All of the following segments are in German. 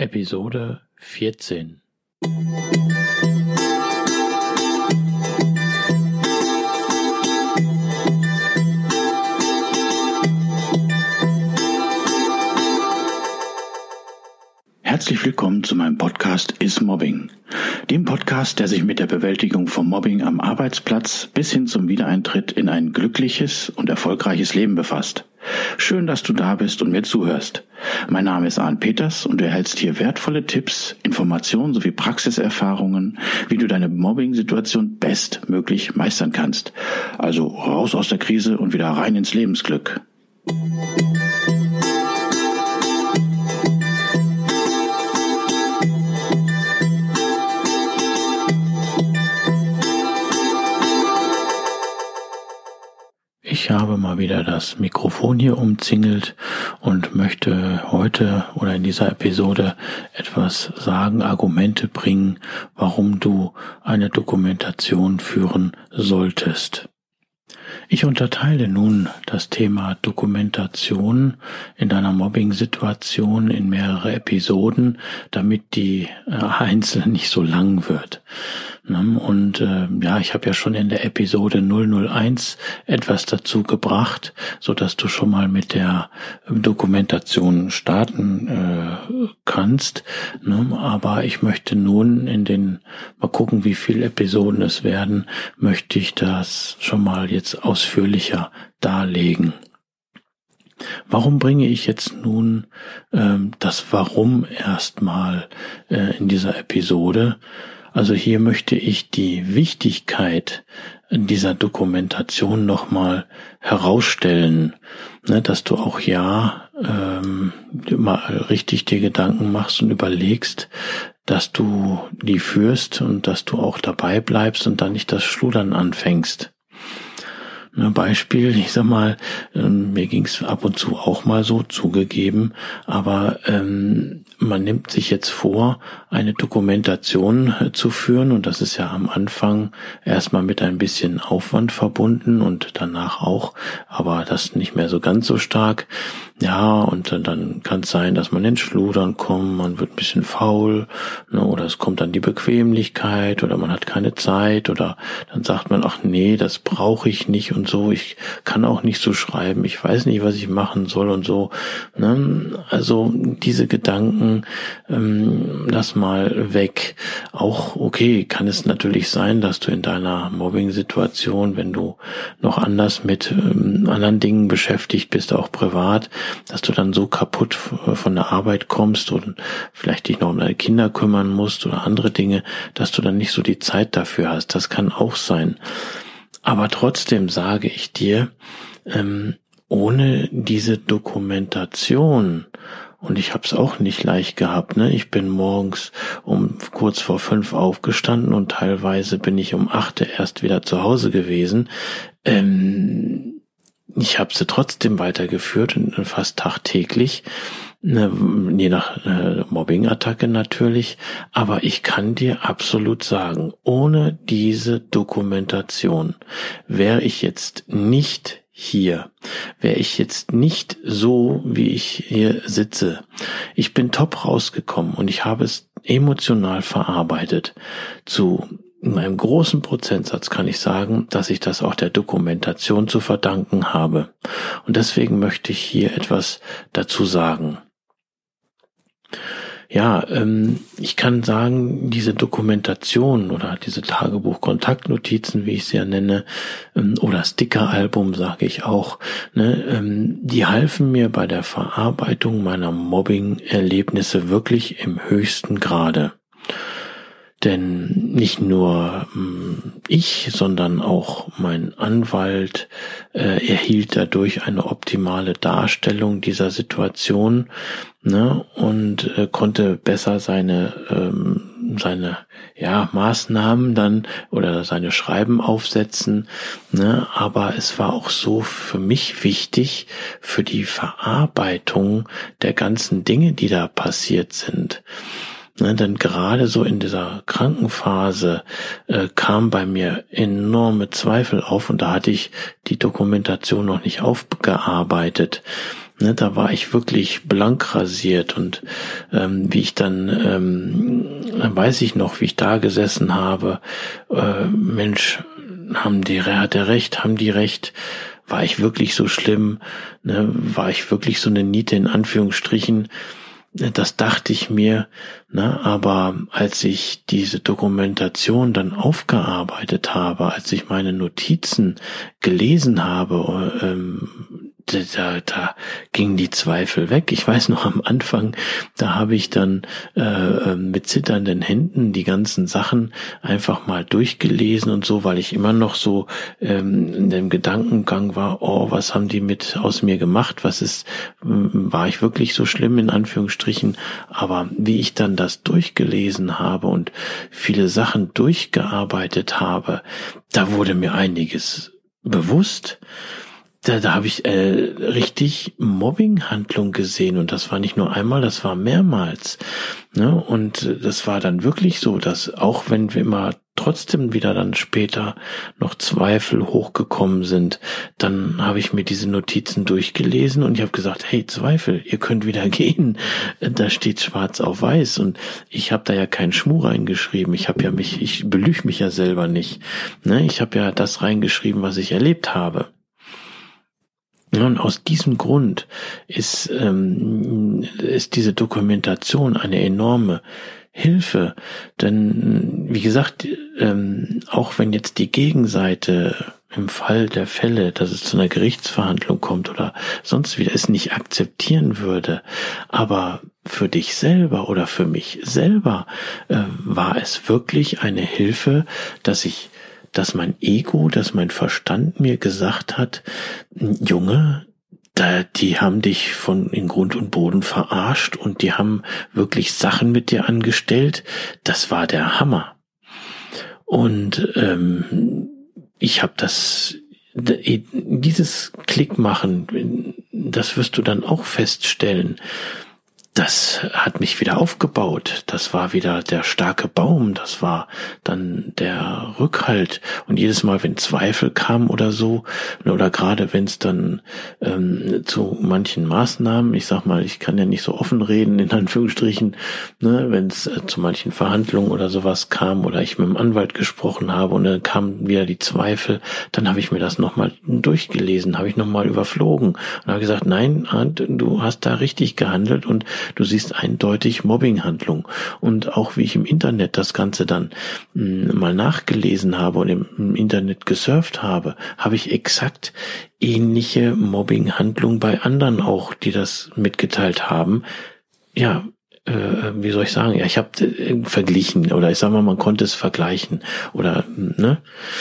Episode 14. Herzlich willkommen zu meinem Podcast Is Mobbing, dem Podcast, der sich mit der Bewältigung von Mobbing am Arbeitsplatz bis hin zum Wiedereintritt in ein glückliches und erfolgreiches Leben befasst. Schön, dass du da bist und mir zuhörst. Mein Name ist Arne Peters und du erhältst hier wertvolle Tipps, Informationen sowie Praxiserfahrungen, wie du deine Mobbing-Situation bestmöglich meistern kannst. Also raus aus der Krise und wieder rein ins Lebensglück. Ich habe mal wieder das Mikrofon hier umzingelt und möchte heute oder in dieser Episode etwas sagen, Argumente bringen, warum du eine Dokumentation führen solltest. Ich unterteile nun das Thema Dokumentation in deiner Mobbing-Situation in mehrere Episoden, damit die einzelne nicht so lang wird. Und ich habe ja schon in der Episode 001 etwas dazu gebracht, so dass du schon mal mit der Dokumentation starten kannst. Aber ich möchte nun mal gucken, wie viele Episoden es werden, möchte ich das schon mal jetzt ausführlicher darlegen. Warum bringe ich jetzt nun das Warum erstmal in dieser Episode? Also hier möchte ich die Wichtigkeit dieser Dokumentation nochmal herausstellen, dass du auch mal richtig dir Gedanken machst und überlegst, dass du die führst und dass du auch dabei bleibst und dann nicht das Schludern anfängst. Beispiel, ich sag mal, mir ging's ab und zu auch mal so, zugegeben, aber man nimmt sich jetzt vor, eine Dokumentation zu führen und das ist ja am Anfang erstmal mit ein bisschen Aufwand verbunden und danach auch, aber das nicht mehr so ganz so stark. Ja, und dann kann es sein, dass man ins Schludern kommt, man wird ein bisschen faul, oder es kommt dann die Bequemlichkeit oder man hat keine Zeit oder dann sagt man, ach nee, das brauche ich nicht und so, ich kann auch nicht so schreiben, ich weiß nicht, was ich machen soll und so. Also diese Gedanken, lass mal weg. Auch okay, kann es natürlich sein, dass du in deiner Mobbing-Situation, wenn du noch anders mit anderen Dingen beschäftigt bist, auch privat, dass du dann so kaputt von der Arbeit kommst und vielleicht dich noch um deine Kinder kümmern musst oder andere Dinge, dass du dann nicht so die Zeit dafür hast. Das kann auch sein. Aber trotzdem sage ich dir, ohne diese Dokumentation, und ich habe es auch nicht leicht gehabt, ich bin morgens um kurz vor 5 aufgestanden und teilweise bin ich um 8 erst wieder zu Hause gewesen. Ich habe sie trotzdem weitergeführt und fast tagtäglich, je nach Mobbing-Attacke natürlich, aber ich kann dir absolut sagen, ohne diese Dokumentation wäre ich jetzt nicht hier, wäre ich jetzt nicht so, wie ich hier sitze. Ich bin top rausgekommen und ich habe es emotional verarbeitet. In einem großen Prozentsatz kann ich sagen, dass ich das auch der Dokumentation zu verdanken habe. Und deswegen möchte ich hier etwas dazu sagen. Ja, ich kann sagen, diese Dokumentation oder diese Tagebuch-Kontaktnotizen, wie ich sie ja nenne, oder Sticker-Album, sage ich auch, die halfen mir bei der Verarbeitung meiner Mobbing-Erlebnisse wirklich im höchsten Grade. Denn nicht nur ich, sondern auch mein Anwalt erhielt dadurch eine optimale Darstellung dieser Situation, und konnte besser seine Maßnahmen dann oder seine Schreiben aufsetzen, aber es war auch so für mich wichtig für die Verarbeitung der ganzen Dinge, die da passiert sind. Denn gerade so in dieser Krankenphase kam bei mir enorme Zweifel auf und da hatte ich die Dokumentation noch nicht aufgearbeitet. Ne, da war ich wirklich blank rasiert und wie ich dann, weiß ich noch, wie ich da gesessen habe, Mensch, hat er recht, haben die recht, war ich wirklich so schlimm, ne, war ich wirklich so eine Niete in Anführungsstrichen, das dachte ich mir, ne, aber als ich diese Dokumentation dann aufgearbeitet habe, als ich meine Notizen gelesen habe, da gingen die Zweifel weg. Ich weiß noch am Anfang, da habe ich dann mit zitternden Händen die ganzen Sachen einfach mal durchgelesen und so, weil ich immer noch so in dem Gedankengang war, oh, was haben die aus mir gemacht? War ich wirklich so schlimm in Anführungsstrichen? Aber wie ich dann das durchgelesen habe und viele Sachen durchgearbeitet habe, da wurde mir einiges bewusst. Da habe ich richtig Mobbinghandlung gesehen und das war nicht nur einmal, das war mehrmals. Ne? Und das war dann wirklich so, dass auch wenn wir immer trotzdem wieder dann später noch Zweifel hochgekommen sind, dann habe ich mir diese Notizen durchgelesen und ich habe gesagt, hey Zweifel, ihr könnt wieder gehen. Da steht schwarz auf weiß und ich habe da ja keinen Schmuh reingeschrieben. Ich belüge mich ja selber nicht. Ne? Ich habe ja das reingeschrieben, was ich erlebt habe. Ja, und aus diesem Grund ist diese Dokumentation eine enorme Hilfe, denn wie gesagt, auch wenn jetzt die Gegenseite im Fall der Fälle, dass es zu einer Gerichtsverhandlung kommt oder sonst wieder es nicht akzeptieren würde, aber für dich selber oder für mich selber war es wirklich eine Hilfe, dass mein Ego, dass mein Verstand mir gesagt hat, Junge, die haben dich in Grund und Boden verarscht und die haben wirklich Sachen mit dir angestellt. Das war der Hammer. Und ich habe dieses Klick machen, das wirst du dann auch feststellen. Das hat mich wieder aufgebaut. Das war wieder der starke Baum. Das war dann der Rückhalt. Und jedes Mal, wenn Zweifel kamen oder so, oder gerade wenn es dann zu manchen Maßnahmen, ich sag mal, ich kann ja nicht so offen reden, in Anführungsstrichen, ne, wenn es zu manchen Verhandlungen oder sowas kam oder ich mit dem Anwalt gesprochen habe und dann kamen wieder die Zweifel, dann habe ich mir das nochmal durchgelesen, habe ich nochmal überflogen und habe gesagt, nein, Arndt, du hast da richtig gehandelt und du siehst eindeutig Mobbinghandlung. Und auch wie ich im Internet das Ganze dann mal nachgelesen habe und im Internet gesurft habe, habe ich exakt ähnliche Mobbinghandlungen bei anderen auch, die das mitgeteilt haben. Ja, wie soll ich sagen? Ja, ich habe verglichen oder ich sag mal, man konnte es vergleichen oder, ne?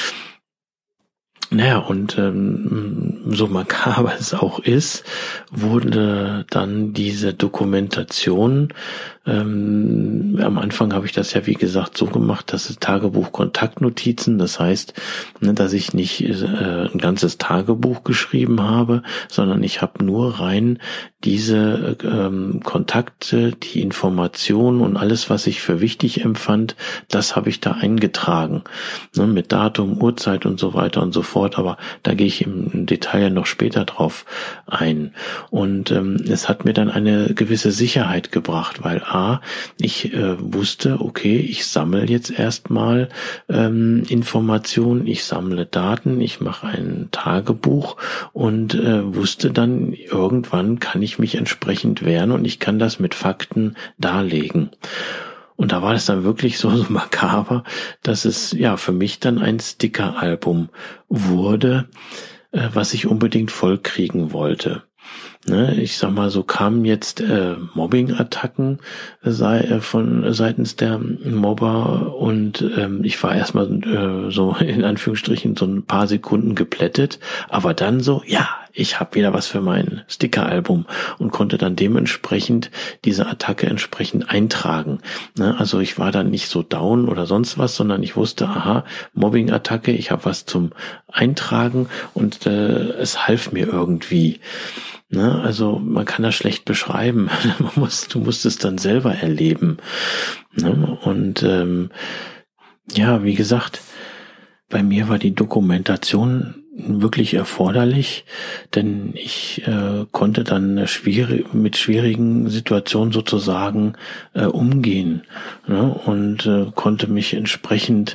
Naja, und so makaber es auch ist, wurde dann diese Dokumentation, am Anfang habe ich das ja wie gesagt so gemacht, dass es Tagebuch Kontaktnotizen, das heißt, dass ich nicht ein ganzes Tagebuch geschrieben habe, sondern ich habe nur rein diese Kontakte, die Informationen und alles, was ich für wichtig empfand, das habe ich da eingetragen, ne, mit Datum, Uhrzeit und so weiter und so fort, aber da gehe ich im Detail ja noch später drauf ein. Und es hat mir dann eine gewisse Sicherheit gebracht, weil ich wusste, okay, ich sammle jetzt erstmal Informationen, ich sammle Daten, ich mache ein Tagebuch und wusste dann, irgendwann kann ich mich entsprechend wehren und ich kann das mit Fakten darlegen. Und da war es dann wirklich so makaber, dass es ja für mich dann ein Sticker-Album wurde, was ich unbedingt vollkriegen wollte. Ne, ich sag mal, so kamen jetzt Mobbing-Attacken seitens der Mobber und ich war erstmal so in Anführungsstrichen so ein paar Sekunden geplättet, aber dann so, ja, ich habe wieder was für mein Sticker-Album und konnte dann dementsprechend diese Attacke entsprechend eintragen. Ne, also ich war dann nicht so down oder sonst was, sondern ich wusste, aha, Mobbing-Attacke, ich habe was zum Eintragen und es half mir irgendwie. Ne, also man kann das schlecht beschreiben. Du musst es dann selber erleben. Ne, und ja, wie gesagt, bei mir war die Dokumentation wirklich erforderlich, denn ich konnte dann mit schwierigen Situationen sozusagen umgehen, ne? Und konnte mich entsprechend,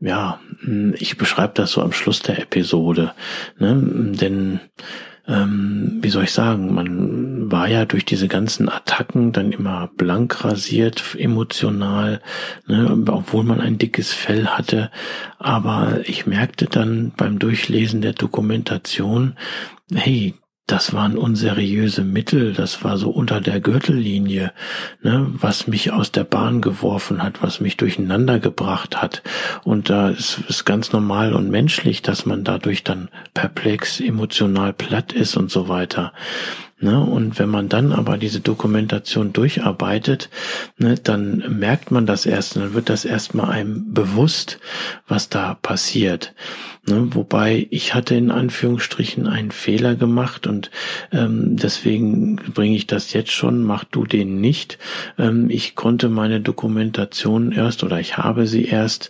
ich beschreibe das so am Schluss der Episode, ne? Denn wie soll ich sagen, man war ja durch diese ganzen Attacken dann immer blank rasiert, emotional, ne, obwohl man ein dickes Fell hatte. Aber ich merkte dann beim Durchlesen der Dokumentation, hey, das waren unseriöse Mittel, das war so unter der Gürtellinie, ne, was mich aus der Bahn geworfen hat, was mich durcheinander gebracht hat. Und da ist ganz normal und menschlich, dass man dadurch dann perplex, emotional platt ist und so weiter. Ne, und wenn man dann aber diese Dokumentation durcharbeitet, ne, dann merkt man das erst, dann wird das erstmal einem bewusst, was da passiert. Ne, wobei ich hatte in Anführungsstrichen einen Fehler gemacht und deswegen bringe ich das jetzt schon, mach du den nicht. Ich konnte meine Dokumentation ich habe sie erst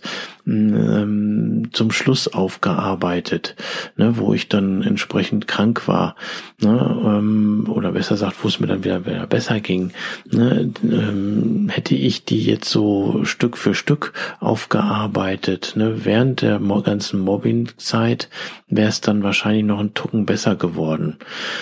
zum Schluss aufgearbeitet, ne, wo ich dann entsprechend krank war, ne, oder besser gesagt, wo es mir dann wieder besser ging, ne, hätte ich die jetzt so Stück für Stück aufgearbeitet, ne, während der ganzen Mobbing-Zeit wäre es dann wahrscheinlich noch ein Tucken besser geworden.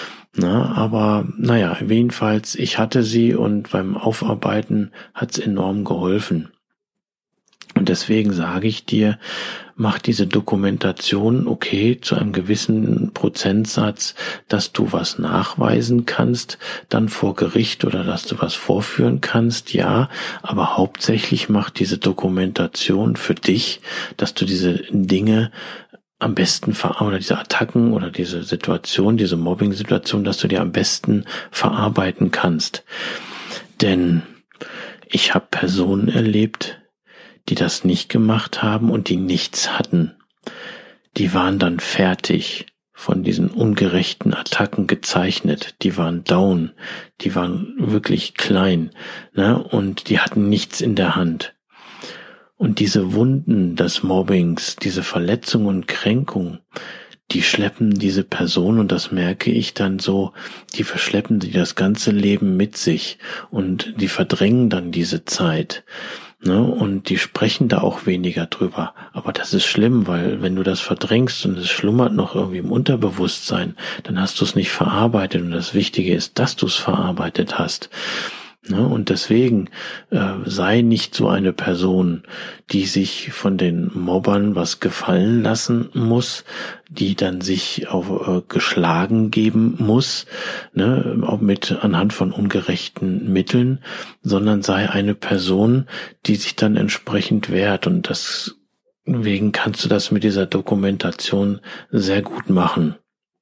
Aber jedenfalls, ich hatte sie und beim Aufarbeiten hat's enorm geholfen. Und deswegen sage ich dir, mach diese Dokumentation, okay, zu einem gewissen Prozentsatz, dass du was nachweisen kannst, dann vor Gericht oder dass du was vorführen kannst, ja, aber hauptsächlich mach diese Dokumentation für dich, dass du diese Dinge am besten oder diese Attacken oder diese Situation, diese Mobbing-Situation, dass du die am besten verarbeiten kannst. Denn ich habe Personen erlebt, die das nicht gemacht haben und die nichts hatten. Die waren dann fertig, von diesen ungerechten Attacken gezeichnet. Die waren down, die waren wirklich klein, ne? Und die hatten nichts in der Hand. Und diese Wunden des Mobbings, diese Verletzung und Kränkung, die schleppen diese Person, und das merke ich dann so, die verschleppen die das ganze Leben mit sich und die verdrängen dann diese Zeit. Ne, und die sprechen da auch weniger drüber. Aber das ist schlimm, weil wenn du das verdrängst und es schlummert noch irgendwie im Unterbewusstsein, dann hast du es nicht verarbeitet. Und das Wichtige ist, dass du es verarbeitet hast. Ne, und deswegen sei nicht so eine Person, die sich von den Mobbern was gefallen lassen muss, die dann sich auf geschlagen geben muss, ne, auch anhand von ungerechten Mitteln, sondern sei eine Person, die sich dann entsprechend wehrt. Und deswegen kannst du das mit dieser Dokumentation sehr gut machen.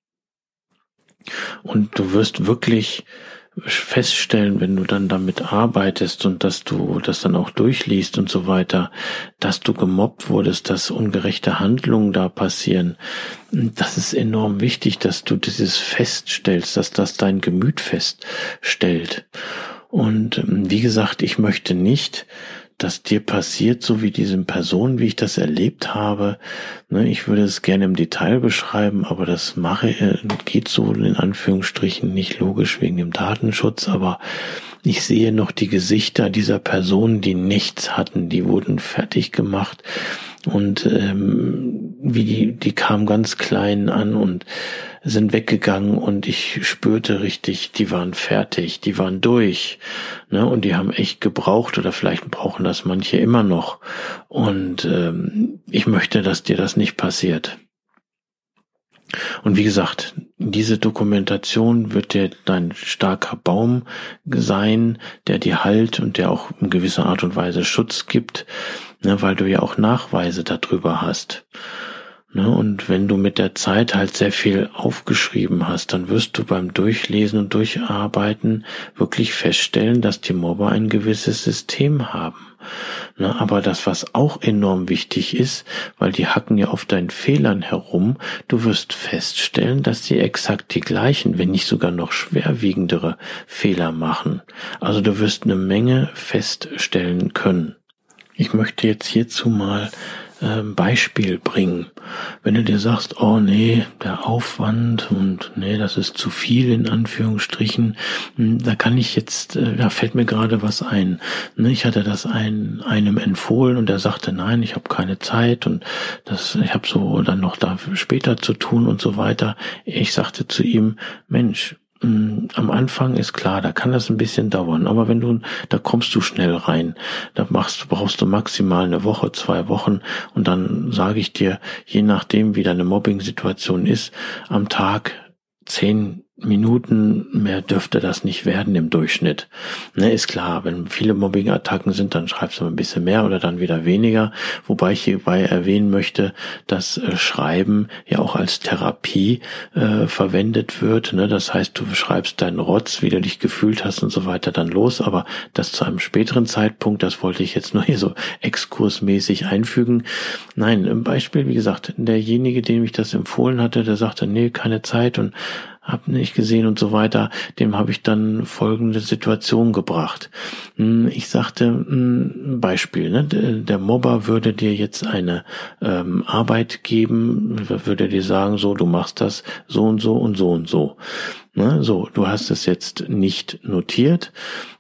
Und du wirst wirklich feststellen, wenn du dann damit arbeitest und dass du das dann auch durchliest und so weiter, dass du gemobbt wurdest, dass ungerechte Handlungen da passieren. Das ist enorm wichtig, dass du dieses feststellst, dass das dein Gemüt feststellt. Und wie gesagt, ich möchte nicht, dass dir passiert, so wie diesen Personen, wie ich das erlebt habe. Ich würde es gerne im Detail beschreiben, aber das geht so in Anführungsstrichen nicht, logisch wegen dem Datenschutz, aber ich sehe noch die Gesichter dieser Personen, die nichts hatten, die wurden fertig gemacht und die kamen ganz klein an und sind weggegangen und ich spürte richtig, die waren fertig, die waren durch, ne, und die haben echt gebraucht oder vielleicht brauchen das manche immer noch und ich möchte, dass dir das nicht passiert. Und wie gesagt, diese Dokumentation wird dir dein starker Baum sein, der dir Halt und der auch in gewisser Art und Weise Schutz gibt, ne, weil du ja auch Nachweise darüber hast. Ne, und wenn du mit der Zeit halt sehr viel aufgeschrieben hast, dann wirst du beim Durchlesen und Durcharbeiten wirklich feststellen, dass die Mobber ein gewisses System haben. Ne, aber das, was auch enorm wichtig ist, weil die hacken ja auf deinen Fehlern herum, du wirst feststellen, dass sie exakt die gleichen, wenn nicht sogar noch schwerwiegendere Fehler machen. Also du wirst eine Menge feststellen können. Ich möchte jetzt hierzu mal Beispiel bringen. Wenn du dir sagst, oh nee, der Aufwand und nee, das ist zu viel in Anführungsstrichen, da kann ich jetzt, da fällt mir gerade was ein. Ich hatte das einem empfohlen und er sagte, nein, ich habe keine Zeit und ich habe so dann noch da später zu tun und so weiter. Ich sagte zu ihm, Mensch, am Anfang ist klar, da kann das ein bisschen dauern, aber da kommst du schnell rein. Brauchst du maximal eine Woche, 2 Wochen und dann sage ich dir, je nachdem wie deine Mobbing-Situation ist, am Tag 10 Minuten mehr dürfte das nicht werden im Durchschnitt. Ist klar, wenn viele Mobbing-Attacken sind, dann schreibst du ein bisschen mehr oder dann wieder weniger. Wobei ich hierbei erwähnen möchte, dass Schreiben ja auch als Therapie verwendet wird. Das heißt, du schreibst deinen Rotz, wie du dich gefühlt hast und so weiter dann los, aber das zu einem späteren Zeitpunkt, das wollte ich jetzt nur hier so exkursmäßig einfügen. Nein, im Beispiel, wie gesagt, derjenige, dem ich das empfohlen hatte, der sagte, nee, keine Zeit und hab nicht gesehen und so weiter, dem habe ich dann folgende Situation gebracht. Ich sagte, Beispiel, der Mobber würde dir jetzt eine Arbeit geben, würde dir sagen, so, du machst das so und so und so und so. So, du hast es jetzt nicht notiert,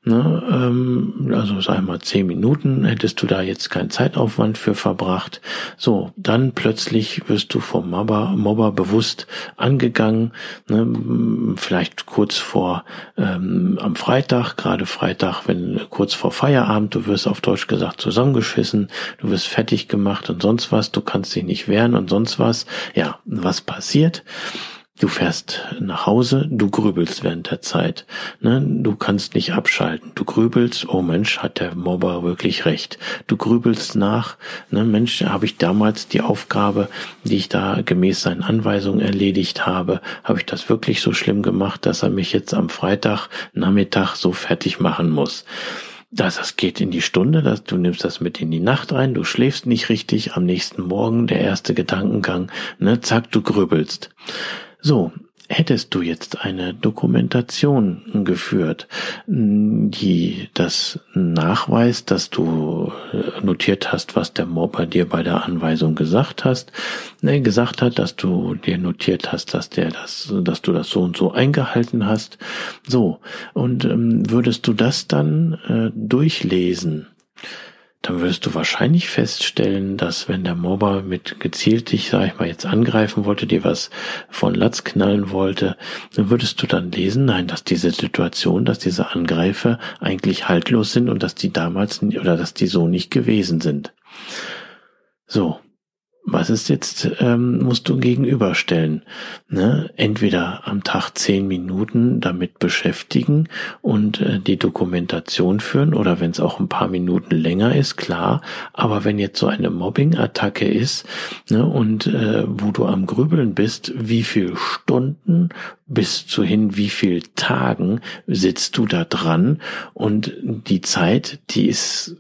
also sag mal 10 Minuten hättest du da jetzt keinen Zeitaufwand für verbracht. So, dann plötzlich wirst du vom Mobber bewusst angegangen, vielleicht kurz vor am Freitag, gerade Freitag, wenn kurz vor Feierabend, du wirst auf Deutsch gesagt zusammengeschissen, du wirst fertig gemacht und sonst was, du kannst dich nicht wehren und sonst was. Ja, was passiert? Du fährst nach Hause, du grübelst während der Zeit. Du kannst nicht abschalten. Du grübelst, oh Mensch, hat der Mobber wirklich recht. Du grübelst nach, Mensch, habe ich damals die Aufgabe, die ich da gemäß seinen Anweisungen erledigt habe ich das wirklich so schlimm gemacht, dass er mich jetzt am Freitagnachmittag so fertig machen muss. Das geht in die Stunde, du nimmst das mit in die Nacht rein, du schläfst nicht richtig, am nächsten Morgen der erste Gedankengang, zack, du grübelst. So, hättest du jetzt eine Dokumentation geführt, die das nachweist, dass du notiert hast, was der Mobber dir bei der Anweisung gesagt hat, dass du dir notiert hast, dass du das so und so eingehalten hast. So, und würdest du das dann durchlesen, dann würdest du wahrscheinlich feststellen, dass wenn der Mobber mit gezielt dich, sag ich mal, jetzt angreifen wollte, dir was von Latz knallen wollte, dann würdest du dann lesen, nein, dass diese Situation, dass diese Angreifer eigentlich haltlos sind und dass die dass die so nicht gewesen sind. So. Was ist jetzt, musst du gegenüberstellen? Entweder am Tag 10 Minuten damit beschäftigen und die Dokumentation führen oder wenn es auch ein paar Minuten länger ist, klar. Aber wenn jetzt so eine Mobbing-Attacke ist und wo du am Grübeln bist, wie viel Stunden bis zu wie viel Tagen sitzt du da dran und die Zeit, die ist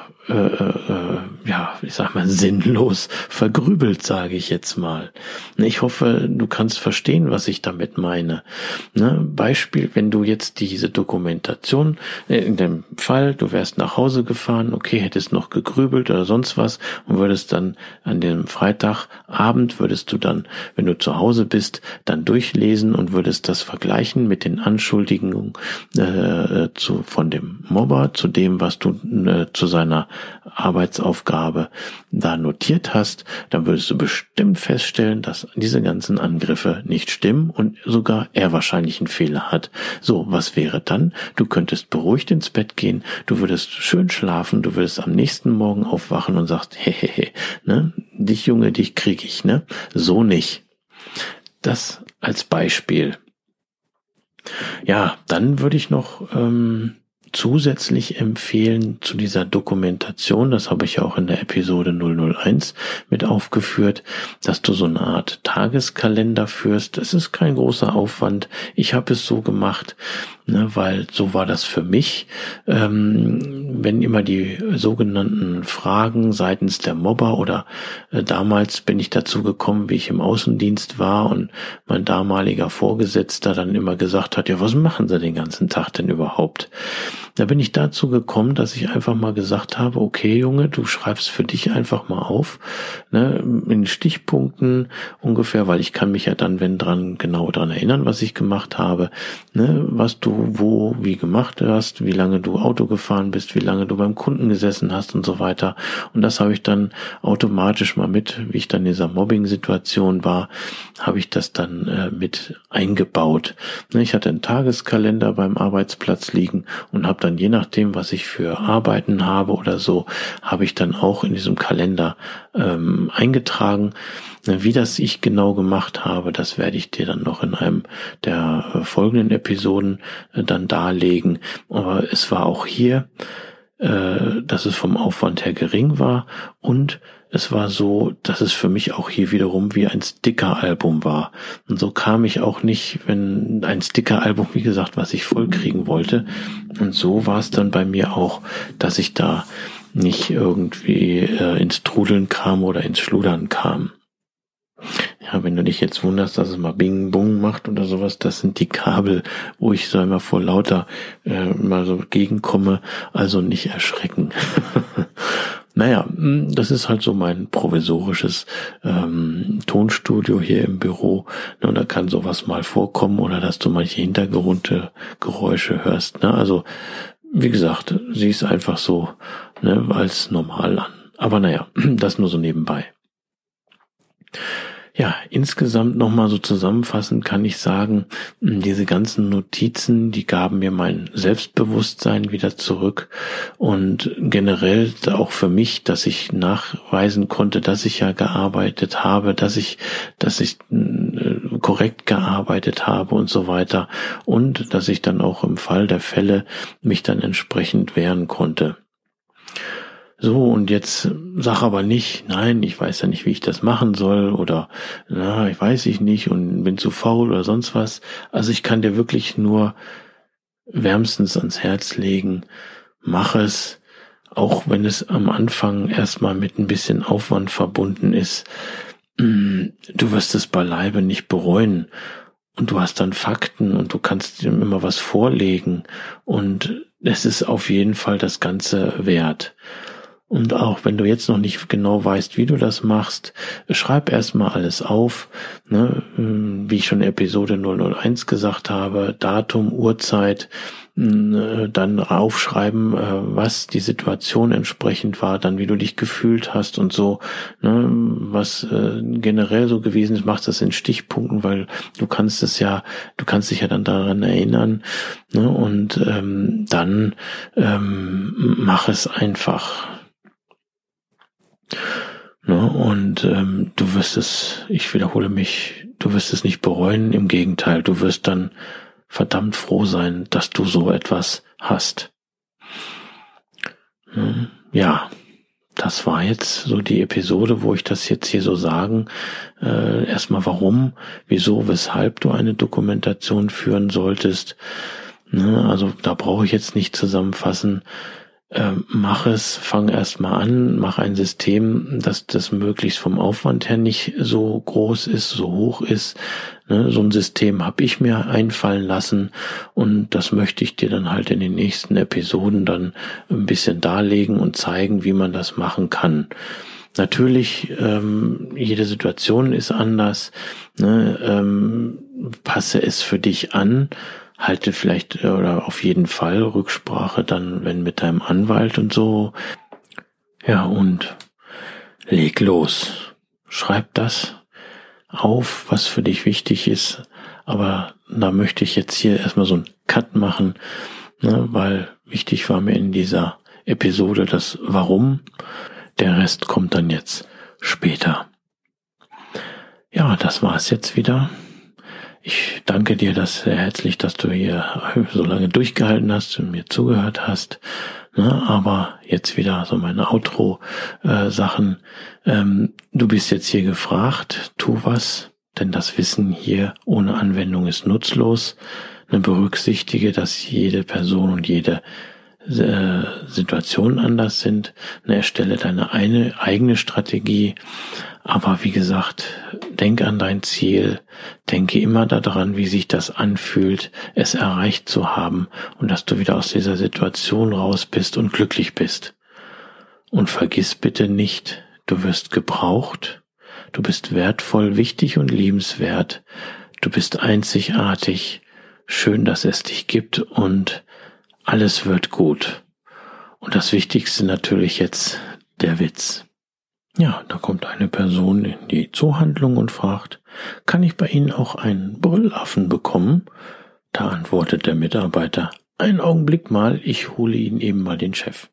ich sag mal, sinnlos vergrübelt, sage ich jetzt mal. Ich hoffe, du kannst verstehen, was ich damit meine. Beispiel, wenn du jetzt diese Dokumentation, in dem Fall, du wärst nach Hause gefahren, okay, hättest noch gegrübelt oder sonst was und würdest dann an dem Freitagabend, würdest du dann, wenn du zu Hause bist, dann durchlesen und würdest das vergleichen mit den Anschuldigungen von dem Mobber, zu dem, was du zu seiner Arbeitsaufgabe da notiert hast, dann würdest du bestimmt feststellen, dass diese ganzen Angriffe nicht stimmen und sogar er wahrscheinlich einen Fehler hat. So, was wäre dann? Du könntest beruhigt ins Bett gehen, du würdest schön schlafen, du würdest am nächsten Morgen aufwachen und sagst, hehehe, dich Junge, dich krieg ich, so nicht. Das als Beispiel. Ja, dann würde ich noch zusätzlich empfehlen zu dieser Dokumentation, das habe ich ja auch in der Episode 001 mit aufgeführt, dass du so eine Art Tageskalender führst. Es ist kein großer Aufwand. Ich habe es so gemacht, ne, weil so war das für mich. Wenn immer die sogenannten Fragen seitens der Mobber oder damals bin ich dazu gekommen, wie ich im Außendienst war und mein damaliger Vorgesetzter dann immer gesagt hat, ja, was machen Sie den ganzen Tag denn überhaupt? Da bin ich dazu gekommen, dass ich einfach mal gesagt habe, okay, Junge, du schreibst für dich einfach mal auf, ne, in Stichpunkten ungefähr, weil ich kann mich ja dann, wenn genau dran erinnern, was ich gemacht habe, ne, was du wo, wie gemacht hast, wie lange du Auto gefahren bist, wie lange du beim Kunden gesessen hast und so weiter. Und das habe ich dann automatisch mal wie ich dann in dieser Mobbing-Situation war, habe ich das dann mit eingebaut. Ne, ich hatte einen Tageskalender beim Arbeitsplatz liegen und habe dann je nachdem, was ich für Arbeiten habe oder so, habe ich dann auch in diesem Kalender eingetragen. Wie das ich genau gemacht habe, das werde ich dir dann noch in einem der folgenden Episoden dann darlegen. Aber es war auch hier, dass es vom Aufwand her gering war und es war so, dass es für mich auch hier wiederum wie ein Sticker-Album war. Und so kam ich auch nicht, wenn ein Sticker-Album, wie gesagt, was ich vollkriegen wollte. Und so war es dann bei mir auch, dass ich da nicht irgendwie ins Trudeln kam oder ins Schludern kam. Ja, wenn du dich jetzt wunderst, dass es mal Bing Bung macht oder sowas, das sind die Kabel, wo ich so immer vor lauter mal so gegenkomme, also nicht erschrecken. Naja, das ist halt so mein provisorisches Tonstudio hier im Büro. Und da kann sowas mal vorkommen oder dass du manche Hintergrundgeräusche hörst. Ne? Also, wie gesagt, sieh es einfach so, ne, als normal an. Aber naja, das nur so nebenbei. Ja, insgesamt nochmal so zusammenfassend kann ich sagen, diese ganzen Notizen, die gaben mir mein Selbstbewusstsein wieder zurück und generell auch für mich, dass ich nachweisen konnte, dass ich ja gearbeitet habe, dass ich korrekt gearbeitet habe und so weiter und dass ich dann auch im Fall der Fälle mich dann entsprechend wehren konnte. So, und jetzt sag aber nicht, nein, ich weiß ja nicht, wie ich das machen soll oder ich weiß nicht und bin zu faul oder sonst was. Also ich kann dir wirklich nur wärmstens ans Herz legen, mach es, auch wenn es am Anfang erstmal mit ein bisschen Aufwand verbunden ist. Du wirst es beileibe nicht bereuen. Und du hast dann Fakten und du kannst ihm immer was vorlegen und es ist auf jeden Fall das Ganze wert. Und auch wenn du jetzt noch nicht genau weißt, wie du das machst, schreib erstmal alles auf, ne? Wie ich schon in Episode 001 gesagt habe, Datum, Uhrzeit, dann aufschreiben, was die Situation entsprechend war, dann wie du dich gefühlt hast und so, ne? Was generell so gewesen ist, machst das in Stichpunkten, weil du kannst dich ja dann daran erinnern, ne? Und dann mach es einfach. Ne, und du wirst es, ich wiederhole mich, du wirst es nicht bereuen, im Gegenteil, du wirst dann verdammt froh sein, dass du so etwas hast. Ja, das war jetzt so die Episode, wo ich das jetzt hier so sagen, erstmal warum, wieso, weshalb du eine Dokumentation führen solltest. Ne, also da brauche ich jetzt nicht zusammenfassen. Mach es, fang erst mal an, mach ein System, dass das möglichst vom Aufwand her nicht so groß ist, so hoch ist. Ne, so ein System habe ich mir einfallen lassen und das möchte ich dir dann halt in den nächsten Episoden dann ein bisschen darlegen und zeigen, wie man das machen kann. Natürlich, jede Situation ist anders, ne, passe es für dich an. Halte vielleicht oder auf jeden Fall Rücksprache dann, wenn mit deinem Anwalt und so. Ja, und leg los. Schreib das auf, was für dich wichtig ist. Aber da möchte ich jetzt hier erstmal so einen Cut machen, ne, weil wichtig war mir in dieser Episode das Warum. Der Rest kommt dann jetzt später. Ja, das war's jetzt wieder. Ich danke dir sehr herzlich, dass du hier so lange durchgehalten hast und mir zugehört hast. Aber jetzt wieder so meine Outro-Sachen. Du bist jetzt hier gefragt, tu was, denn das Wissen hier ohne Anwendung ist nutzlos. Berücksichtige, dass jede Person und jede Situation anders sind. Erstelle deine eigene Strategie. Aber wie gesagt, denk an dein Ziel. Denke immer daran, wie sich das anfühlt, es erreicht zu haben und dass du wieder aus dieser Situation raus bist und glücklich bist. Und vergiss bitte nicht, du wirst gebraucht. Du bist wertvoll, wichtig und liebenswert. Du bist einzigartig. Schön, dass es dich gibt und alles wird gut. Und das Wichtigste natürlich jetzt der Witz. Ja, da kommt eine Person in die Zoohandlung und fragt, kann ich bei Ihnen auch einen Brüllaffen bekommen? Da antwortet der Mitarbeiter, einen Augenblick mal, ich hole Ihnen eben mal den Chef.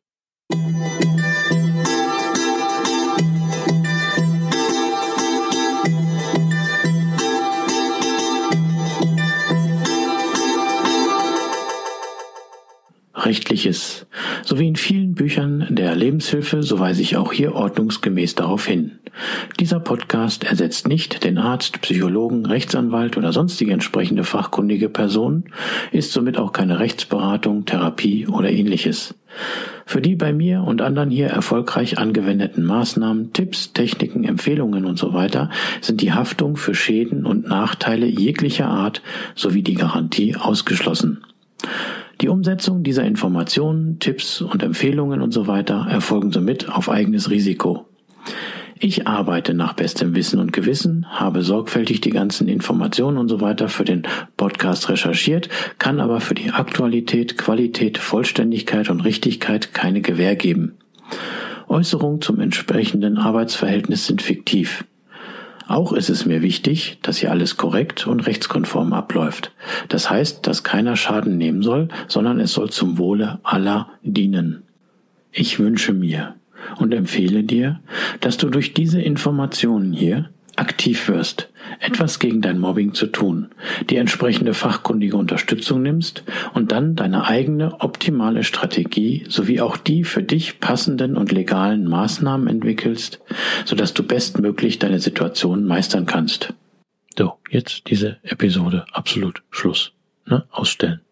Rechtliches. So wie in vielen Büchern der Lebenshilfe, so weise ich auch hier ordnungsgemäß darauf hin. Dieser Podcast ersetzt nicht den Arzt, Psychologen, Rechtsanwalt oder sonstige entsprechende fachkundige Person, ist somit auch keine Rechtsberatung, Therapie oder ähnliches. Für die bei mir und anderen hier erfolgreich angewendeten Maßnahmen, Tipps, Techniken, Empfehlungen usw. sind die Haftung für Schäden und Nachteile jeglicher Art sowie die Garantie ausgeschlossen. Die Umsetzung dieser Informationen, Tipps und Empfehlungen usw. erfolgen somit auf eigenes Risiko. Ich arbeite nach bestem Wissen und Gewissen, habe sorgfältig die ganzen Informationen usw. für den Podcast recherchiert, kann aber für die Aktualität, Qualität, Vollständigkeit und Richtigkeit keine Gewähr geben. Äußerungen zum entsprechenden Arbeitsverhältnis sind fiktiv. Auch ist es mir wichtig, dass hier alles korrekt und rechtskonform abläuft. Das heißt, dass keiner Schaden nehmen soll, sondern es soll zum Wohle aller dienen. Ich wünsche mir und empfehle dir, dass du durch diese Informationen hier aktiv wirst, etwas gegen dein Mobbing zu tun, die entsprechende fachkundige Unterstützung nimmst und dann deine eigene optimale Strategie sowie auch die für dich passenden und legalen Maßnahmen entwickelst, sodass du bestmöglich deine Situation meistern kannst. So, jetzt diese Episode absolut Schluss. Ausstellen.